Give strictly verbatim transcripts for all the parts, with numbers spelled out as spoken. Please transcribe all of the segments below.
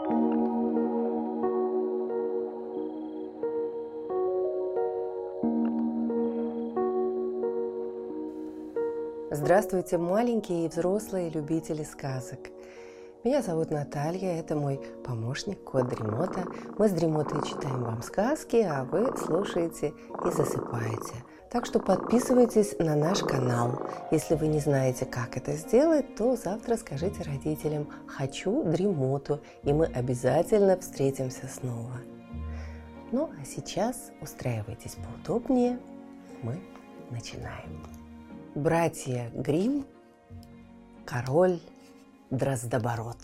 Здравствуйте, маленькие и взрослые любители сказок. Меня зовут Наталья, это мой помощник, кот Дремота. Мы с Дремотой читаем вам сказки, а вы слушаете и засыпаете. Так что подписывайтесь на наш канал. Если вы не знаете, как это сделать, то завтра скажите родителям «Хочу Дремоту», и мы обязательно встретимся снова. Ну, а сейчас устраивайтесь поудобнее, мы начинаем. Братья Гримм, король Дроздобород.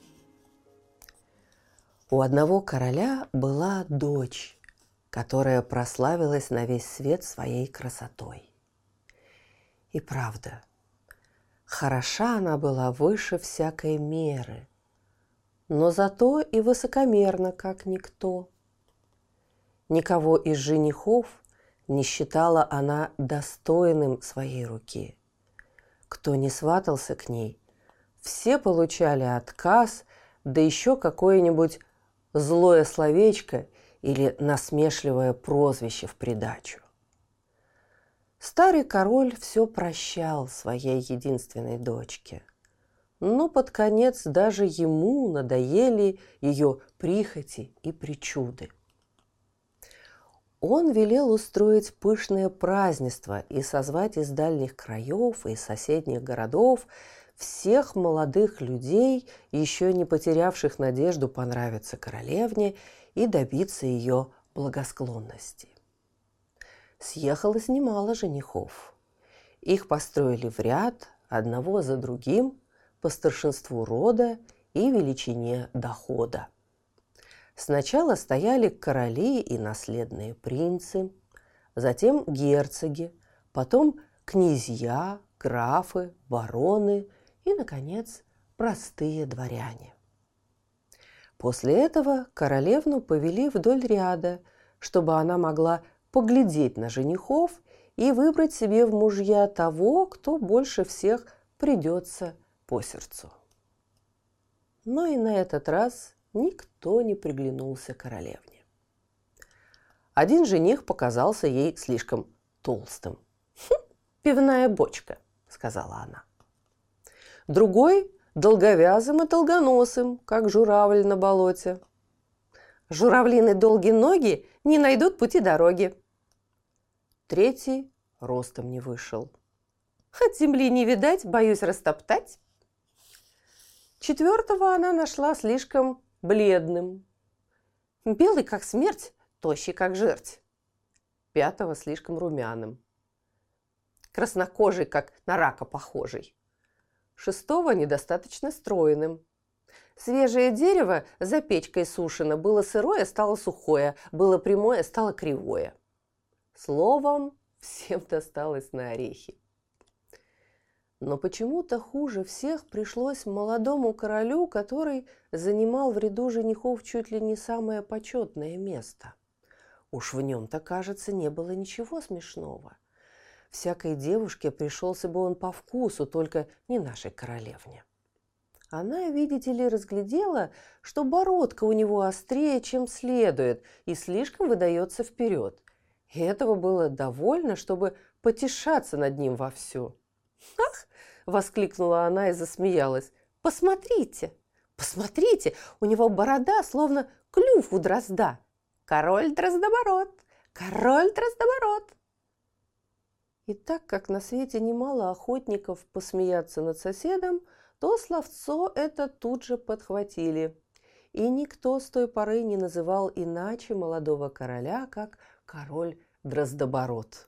У одного короля была дочь, которая прославилась на весь свет своей красотой. И правда, хороша она была выше всякой меры, но зато и высокомерна, как никто. Никого из женихов не считала она достойным своей руки. Кто не сватался к ней, все получали отказ, да еще какое-нибудь злое словечко или насмешливое прозвище в придачу. Старый король все прощал своей единственной дочке, но под конец даже ему надоели ее прихоти и причуды. Он велел устроить пышное празднество и созвать из дальних краев и соседних городов всех молодых людей, еще не потерявших надежду понравиться королевне и добиться ее благосклонности. Съехалось немало женихов. Их построили в ряд, одного за другим, по старшинству рода и величине дохода. Сначала стояли короли и наследные принцы, затем герцоги, потом князья, графы, бароны и, наконец, простые дворяне. После этого королевну повели вдоль ряда, чтобы она могла поглядеть на женихов и выбрать себе в мужья того, кто больше всех придется по сердцу. Но и на этот раз никто не приглянулся королевне. Один жених показался ей слишком толстым. «Хм, пивная бочка», — сказала она. Другой — долговязым и долгоносым, как журавль на болоте. «Журавлины долгие ноги не найдут пути дороги». Третий ростом не вышел. «От земли не видать, боюсь растоптать». Четвертого она нашла слишком бледным. Белый, как смерть, тощий, как жерть. Пятого слишком румяным. Краснокожий, как на рака похожий. Шестого недостаточно стройным. Свежее дерево за печкой сушено, было сырое, стало сухое, было прямое, стало кривое. Словом, всем досталось на орехи. Но почему-то хуже всех пришлось молодому королю, который занимал в ряду женихов чуть ли не самое почетное место. Уж в нем-то, кажется, не было ничего смешного. Всякой девушке пришелся бы он по вкусу, только не нашей королевне. Она, видите ли, разглядела, что бородка у него острее, чем следует, и слишком выдается вперед. И этого было довольно, чтобы потешаться над ним вовсю. «Ах!» – воскликнула она и засмеялась. «Посмотрите, посмотрите, у него борода, словно клюв у дрозда. Король Дроздобород, король Дроздобород!» И так как на свете немало охотников посмеяться над соседом, то словцо это тут же подхватили. И никто с той поры не называл иначе молодого короля, как король Дроздобород.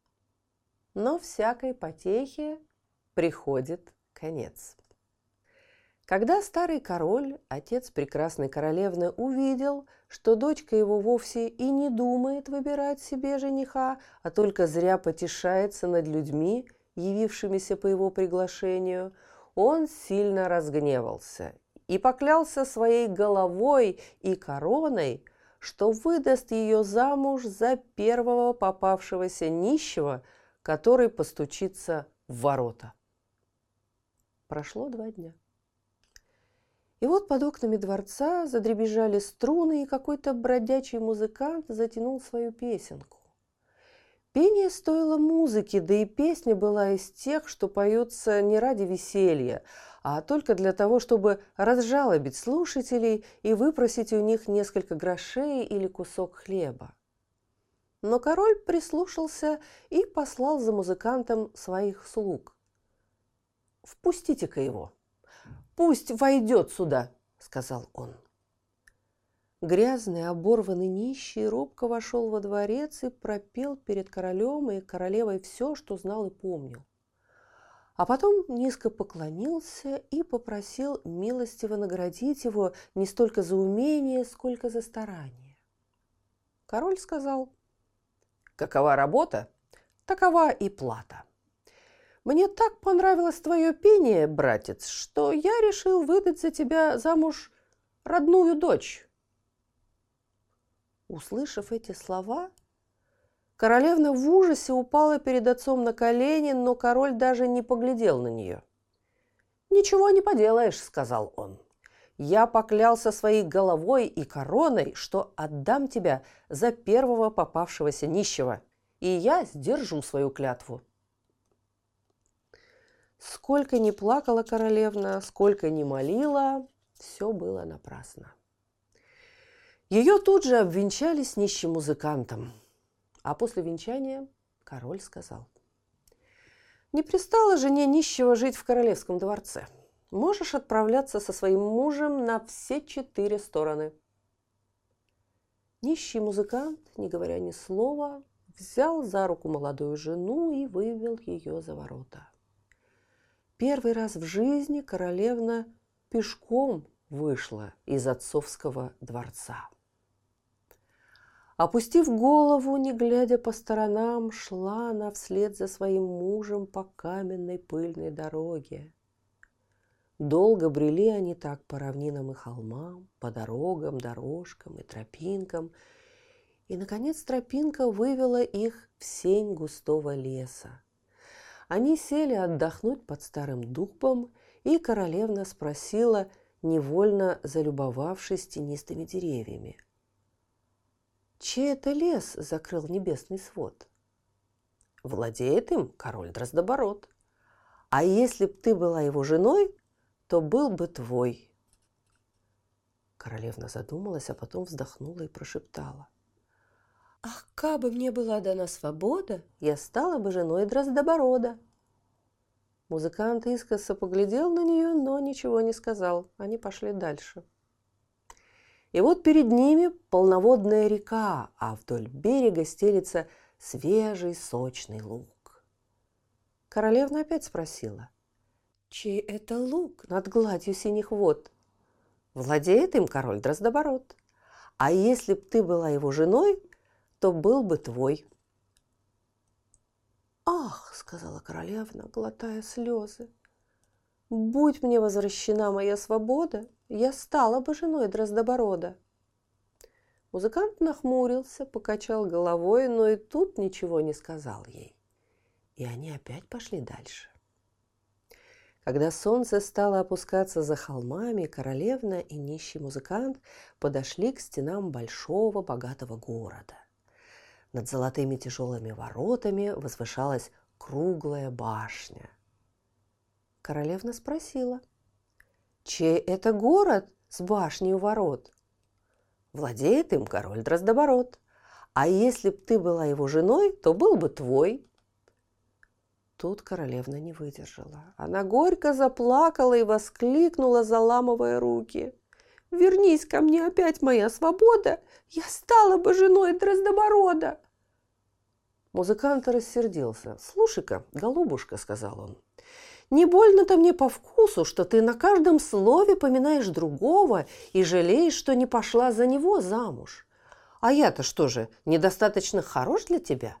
Но всякой потехе приходит конец. Когда старый король, отец прекрасной королевны, увидел, что дочка его вовсе и не думает выбирать себе жениха, а только зря потешается над людьми, явившимися по его приглашению, он сильно разгневался и поклялся своей головой и короной, что выдаст ее замуж за первого попавшегося нищего, который постучится в ворота. Прошло два дня. И вот под окнами дворца задребезжали струны, и какой-то бродячий музыкант затянул свою песенку. Пение стоило музыки, да и песня была из тех, что поются не ради веселья, а только для того, чтобы разжалобить слушателей и выпросить у них несколько грошей или кусок хлеба. Но король прислушался и послал за музыкантом своих слуг. «Впустите-ка его, пусть войдет сюда», — сказал он. Грязный, оборванный нищий робко вошел во дворец и пропел перед королем и королевой все, что знал и помнил. А потом низко поклонился и попросил милостиво наградить его не столько за умение, сколько за старание. Король сказал: «Какова работа, такова и плата. Мне так понравилось твое пение, братец, что я решил выдать за тебя замуж родную дочь». Услышав эти слова, королевна в ужасе упала перед отцом на колени, но король даже не поглядел на нее. «Ничего не поделаешь», — сказал он. «Я поклялся своей головой и короной, что отдам тебя за первого попавшегося нищего, и я сдержу свою клятву». Сколько ни плакала королевна, сколько ни молила, все было напрасно. Ее тут же обвенчали с нищим музыкантом. А после венчания король сказал: «Не пристало жене нищего жить в королевском дворце. Можешь отправляться со своим мужем на все четыре стороны». Нищий музыкант, не говоря ни слова, взял за руку молодую жену и вывел ее за ворота. Первый раз в жизни королевна пешком вышла из отцовского дворца. Опустив голову, не глядя по сторонам, шла она вслед за своим мужем по каменной пыльной дороге. Долго брели они так по равнинам и холмам, по дорогам, дорожкам и тропинкам, и, наконец, тропинка вывела их в сень густого леса. Они сели отдохнуть под старым дубом, и королевна спросила, невольно залюбовавшись тенистыми деревьями: «Чей это лес закрыл небесный свод?» «Владеет им король Дроздобород. А если б ты была его женой, то был бы твой». Королевна задумалась, а потом вздохнула и прошептала: «Ах, кабы мне была дана свобода, я стала бы женой Дроздоборода». Музыкант искоса поглядел на нее, но ничего не сказал. Они пошли дальше. И вот перед ними полноводная река, а вдоль берега стелится свежий сочный луг. Королевна опять спросила: «Чей это луг над гладью синих вод?» «Владеет им король Дроздобород. А если б ты была его женой, то был бы твой». «Ах!» — сказала королевна, глотая слезы. «Будь мне возвращена моя свобода, я стала бы женой Дроздоборода». Музыкант нахмурился, покачал головой, но и тут ничего не сказал ей. И они опять пошли дальше. Когда солнце стало опускаться за холмами, королевна и нищий музыкант подошли к стенам большого богатого города. Над золотыми тяжелыми воротами возвышалась круглая башня. Королевна спросила: «Чей это город с башней у ворот?» «Владеет им король Дроздобород. А если б ты была его женой, то был бы твой». Тут королевна не выдержала. Она горько заплакала и воскликнула, заламывая руки: «Вернись ко мне опять моя свобода, я стала бы женой Дроздоборода». Музыкант рассердился. «Слушай-ка, голубушка, — сказал он, — не больно-то мне по вкусу, что ты на каждом слове поминаешь другого и жалеешь, что не пошла за него замуж. А я-то что же, недостаточно хорош для тебя?»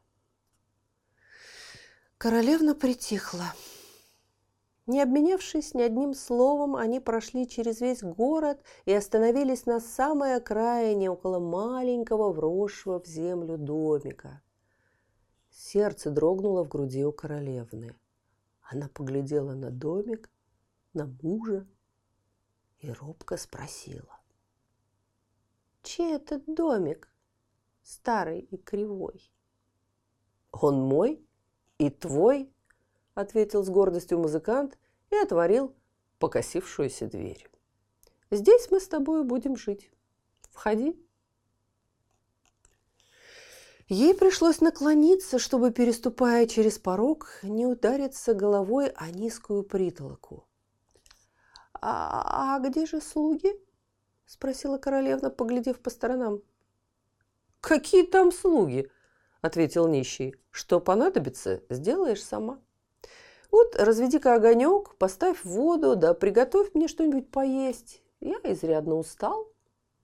Королевна притихла. Не обменявшись ни одним словом, они прошли через весь город и остановились на самой окраине, около маленького вросшего в землю домика. Сердце дрогнуло в груди у королевны. Она поглядела на домик, на мужа и робко спросила: «Чей этот домик, старый и кривой?» «Он мой и твой», — ответил с гордостью музыкант и отворил покосившуюся дверь. «Здесь мы с тобой будем жить. Входи». Ей пришлось наклониться, чтобы, переступая через порог, не удариться головой о низкую притолоку. «А, а где же слуги?» – спросила королевна, поглядев по сторонам. «Какие там слуги?» – ответил нищий. «Что понадобится, сделаешь сама. Вот разведи-ка огонек, поставь воду, да приготовь мне что-нибудь поесть. Я изрядно устал».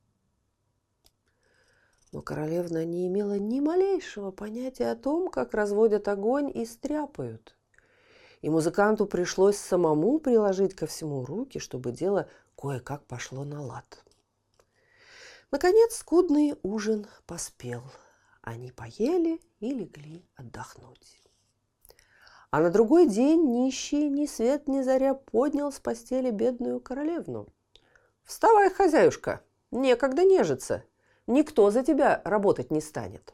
Но королевна не имела ни малейшего понятия о том, как разводят огонь и стряпают. И музыканту пришлось самому приложить ко всему руки, чтобы дело кое-как пошло на лад. Наконец скудный ужин поспел. Они поели и легли отдохнуть. А на другой день нищий ни свет ни заря поднял с постели бедную королевну. «Вставай, хозяюшка, некогда нежиться. Никто за тебя работать не станет».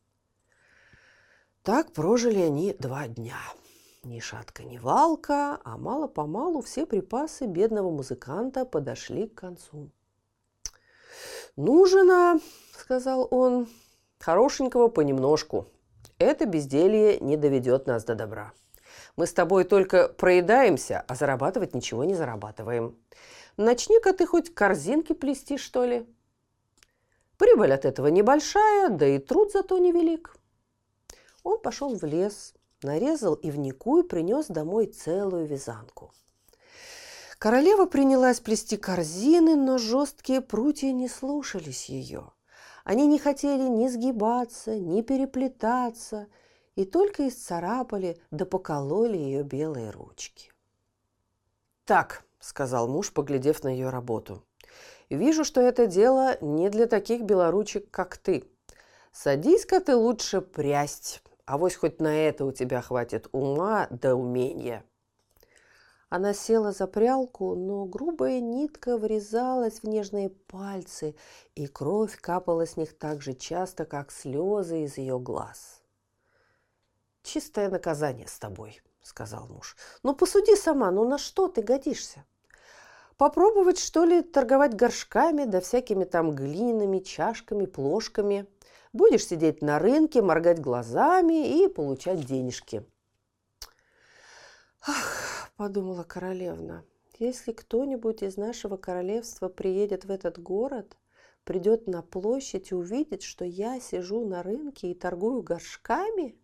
Так прожили они два дня. Ни шатка, ни валка, а мало-помалу все припасы бедного музыканта подошли к концу. «Ну, жена, — сказал он, — хорошенького понемножку. Это безделье не доведет нас до добра. Мы с тобой только проедаемся, а зарабатывать ничего не зарабатываем. Начни-ка ты хоть корзинки плести, что ли. Прибыль от этого небольшая, да и труд зато невелик». Он пошел в лес, нарезал ивнику и принес домой целую вязанку. Королева принялась плести корзины, но жесткие прутья не слушались ее. Они не хотели ни сгибаться, ни переплетаться, и только исцарапали да покололи ее белые ручки. «Так, — сказал муж, поглядев на ее работу, — вижу, что это дело не для таких белоручек, как ты. Садись-ка ты лучше прясть, авось хоть на это у тебя хватит ума да умения». Она села за прялку, но грубая нитка врезалась в нежные пальцы, и кровь капала с них так же часто, как слезы из ее глаз. «Чистое наказание с тобой, — сказал муж. — Ну, посуди сама, ну на что ты годишься? Попробовать, что ли, торговать горшками да всякими там глиняными чашками, плошками. Будешь сидеть на рынке, моргать глазами и получать денежки». «Ах, — подумала королевна, — если кто-нибудь из нашего королевства приедет в этот город, придет на площадь и увидит, что я сижу на рынке и торгую горшками,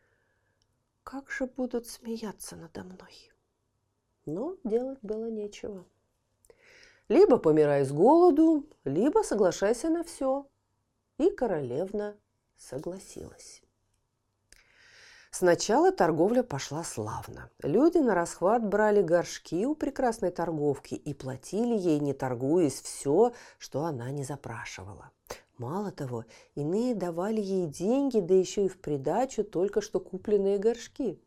как же будут смеяться надо мной». Но делать было нечего. Либо помирай с голоду, либо соглашайся на все. И королевна согласилась. Сначала торговля пошла славно. Люди нарасхват брали горшки у прекрасной торговки и платили ей, не торгуясь, все, что она не запрашивала. Мало того, иные давали ей деньги, да еще и в придачу только что купленные горшки.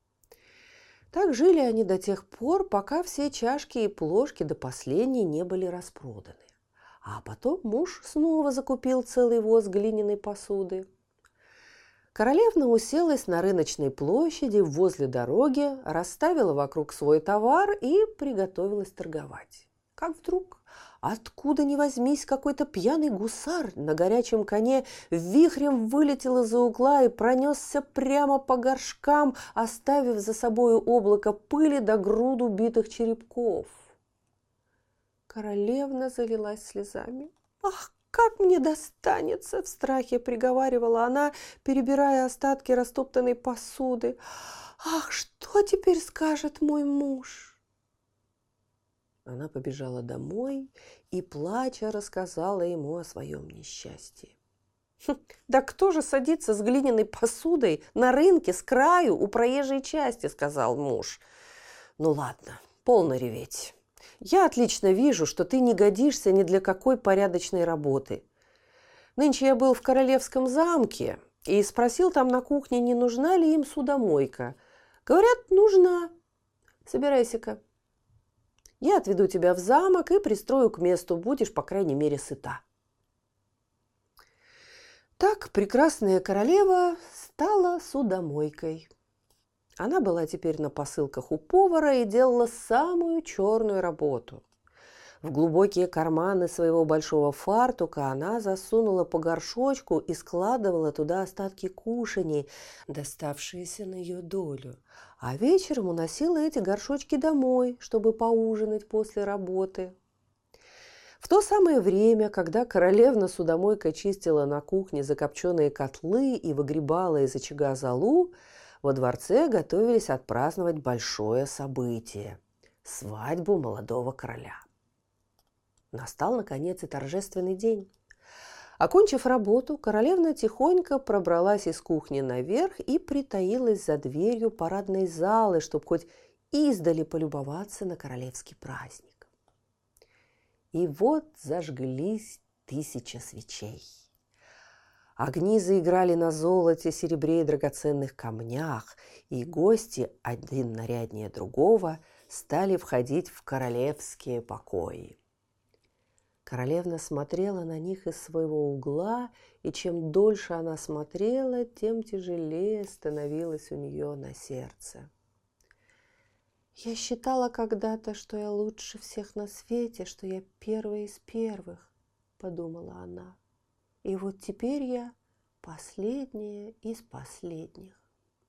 Так жили они до тех пор, пока все чашки и плошки до последней не были распроданы. А потом муж снова закупил целый воз глиняной посуды. Королевна уселась на рыночной площади возле дороги, расставила вокруг свой товар и приготовилась торговать. Как вдруг, откуда ни возьмись, какой-то пьяный гусар на горячем коне вихрем вылетел из-за угла и пронесся прямо по горшкам, оставив за собой облако пыли до груду битых черепков. Королевна залилась слезами. «Ах, как мне достанется!» — в страхе приговаривала она, перебирая остатки растоптанной посуды. «Ах, что теперь скажет мой муж?» Она побежала домой и, плача, рассказала ему о своем несчастье. «Хм, да кто же садится с глиняной посудой на рынке с краю у проезжей части?» — сказал муж. «Ну ладно, полно реветь. Я отлично вижу, что ты не годишься ни для какой порядочной работы. Нынче я был в королевском замке и спросил там на кухне, не нужна ли им судомойка. Говорят, нужна. Собирайся-ка». Я отведу тебя в замок и пристрою к месту, будешь, по крайней мере, сыта». Так прекрасная королева стала судомойкой. Она была теперь на посылках у повара и делала самую черную работу. В глубокие карманы своего большого фартука она засунула по горшочку и складывала туда остатки кушаний, доставшиеся на ее долю. А вечером уносила эти горшочки домой, чтобы поужинать после работы. В то самое время, когда королевна-судомойка чистила на кухне закопченные котлы и выгребала из очага золу, во дворце готовились отпраздновать большое событие – свадьбу молодого короля. Настал, наконец, и торжественный день. Окончив работу, королевна тихонько пробралась из кухни наверх и притаилась за дверью парадной залы, чтобы хоть издали полюбоваться на королевский праздник. И вот зажглись тысячи свечей. Огни заиграли на золоте, серебре и драгоценных камнях, и гости, один наряднее другого, стали входить в королевские покои. Королевна смотрела на них из своего угла, и чем дольше она смотрела, тем тяжелее становилось у нее на сердце. «Я считала когда-то, что я лучше всех на свете, что я первая из первых», – подумала она. «И вот теперь я последняя из последних».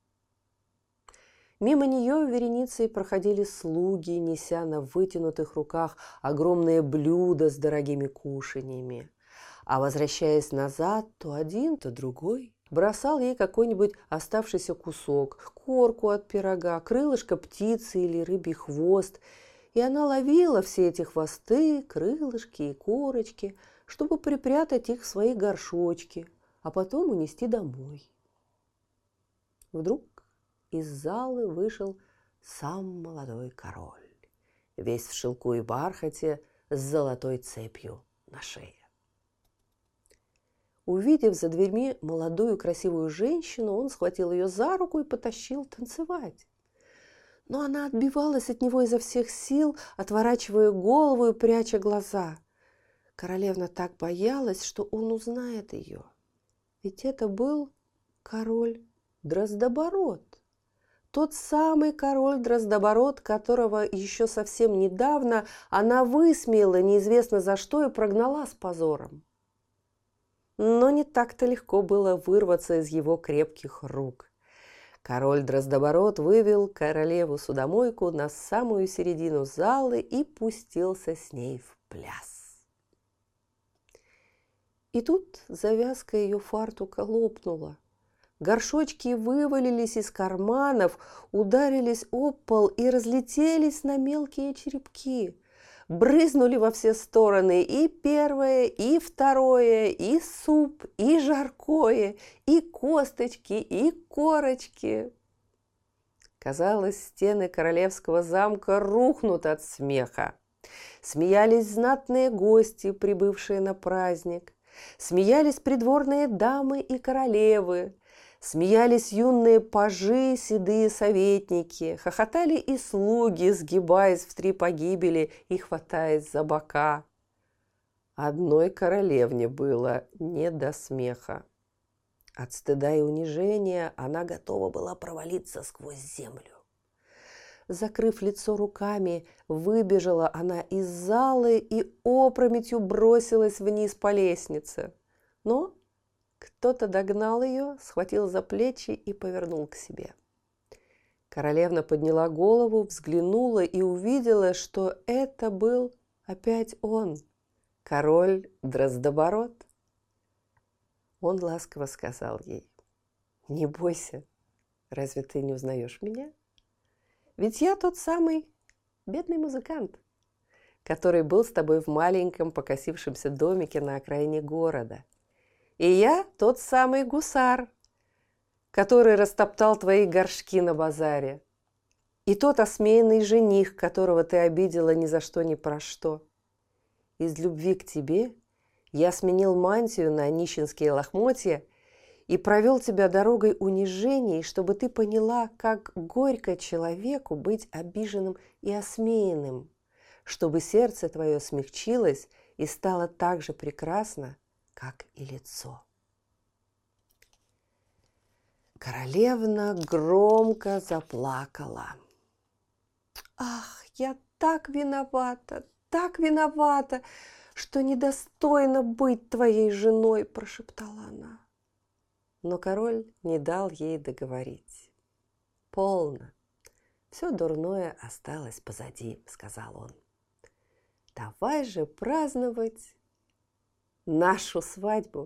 Мимо нее вереницей проходили слуги, неся на вытянутых руках огромные блюда с дорогими кушаньями. А возвращаясь назад, то один, то другой бросал ей какой-нибудь оставшийся кусок, корку от пирога, крылышко птицы или рыбий хвост. И она ловила все эти хвосты, крылышки и корочки, чтобы припрятать их в свои горшочки, а потом унести домой. Вдруг из залы вышел сам молодой король, весь в шелку и бархате, с золотой цепью на шее. Увидев за дверьми молодую красивую женщину, он схватил ее за руку и потащил танцевать. Но она отбивалась от него изо всех сил, отворачивая голову и пряча глаза. Королевна так боялась, что он узнает ее. Ведь это был король Дроздобород. Тот самый король Дроздобород, которого еще совсем недавно она высмеяла неизвестно за что и прогнала с позором. Но не так-то легко было вырваться из его крепких рук. Король Дроздобород вывел королеву-судомойку на самую середину залы и пустился с ней в пляс. И тут завязка ее фартука лопнула. Горшочки вывалились из карманов, ударились об пол и разлетелись на мелкие черепки. Брызнули во все стороны и первое, и второе, и суп, и жаркое, и косточки, и корочки. Казалось, стены королевского замка рухнут от смеха. Смеялись знатные гости, прибывшие на праздник. Смеялись придворные дамы и королевы. Смеялись юные пажи, седые советники, хохотали и слуги, сгибаясь в три погибели и хватаясь за бока. Одной королевне было не до смеха. От стыда и унижения она готова была провалиться сквозь землю. Закрыв лицо руками, выбежала она из залы и опрометью бросилась вниз по лестнице. Но кто-то догнал ее, схватил за плечи и повернул к себе. Королевна подняла голову, взглянула и увидела, что это был опять он, король Дроздобород. Он ласково сказал ей: «Не бойся, разве ты не узнаешь меня? Ведь я тот самый бедный музыкант, который был с тобой в маленьком покосившемся домике на окраине города. И я тот самый гусар, который растоптал твои горшки на базаре. И тот осмеянный жених, которого ты обидела ни за что ни про что. Из любви к тебе я сменил мантию на нищенские лохмотья и провел тебя дорогой унижений, чтобы ты поняла, как горько человеку быть обиженным и осмеянным, чтобы сердце твое смягчилось и стало так же прекрасно, как и лицо. Королевна громко заплакала. «Ах, я так виновата, так виновата, что недостойна быть твоей женой», – прошептала она. Но король не дал ей договорить. «Полно, все дурное осталось позади», – сказал он. «Давай же праздновать нашу свадьбу».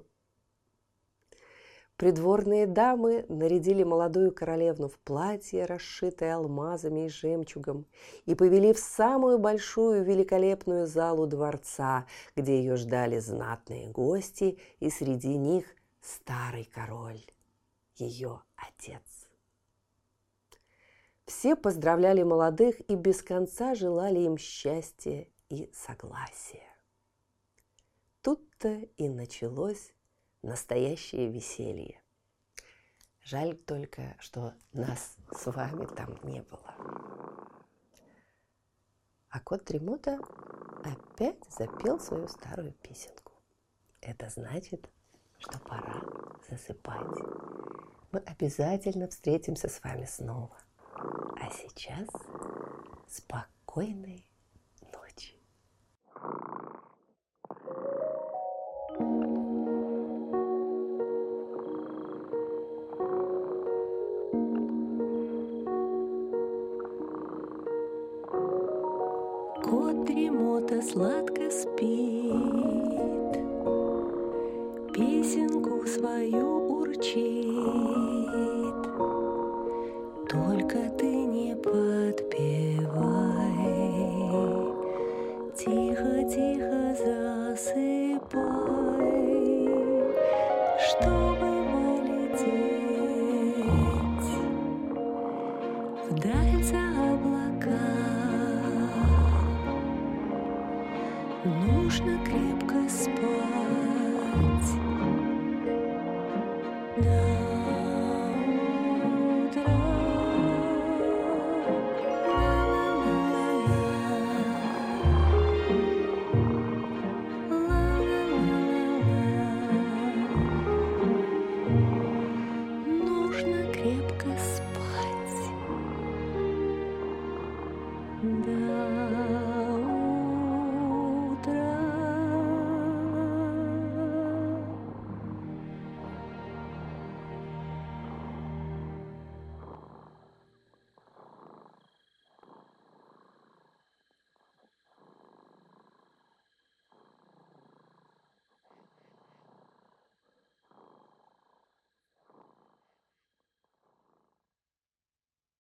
Придворные дамы нарядили молодую королевну в платье, расшитое алмазами и жемчугом, и повели в самую большую великолепную залу дворца, где ее ждали знатные гости, и среди них старый король, ее отец. Все поздравляли молодых и без конца желали им счастья и согласия. Тут-то и началось настоящее веселье. Жаль только, что нас с вами там не было. А кот Дремота опять запел свою старую песенку. Это значит, что пора засыпать. Мы обязательно встретимся с вами снова. А сейчас спокойной ночи. Кот Дремота сладко спит, песенку свою урчит. Только ты не подпевай, тихо-тихо засыпай, чтобы полететь вдаль за облака. Нужно крепко спать. Да.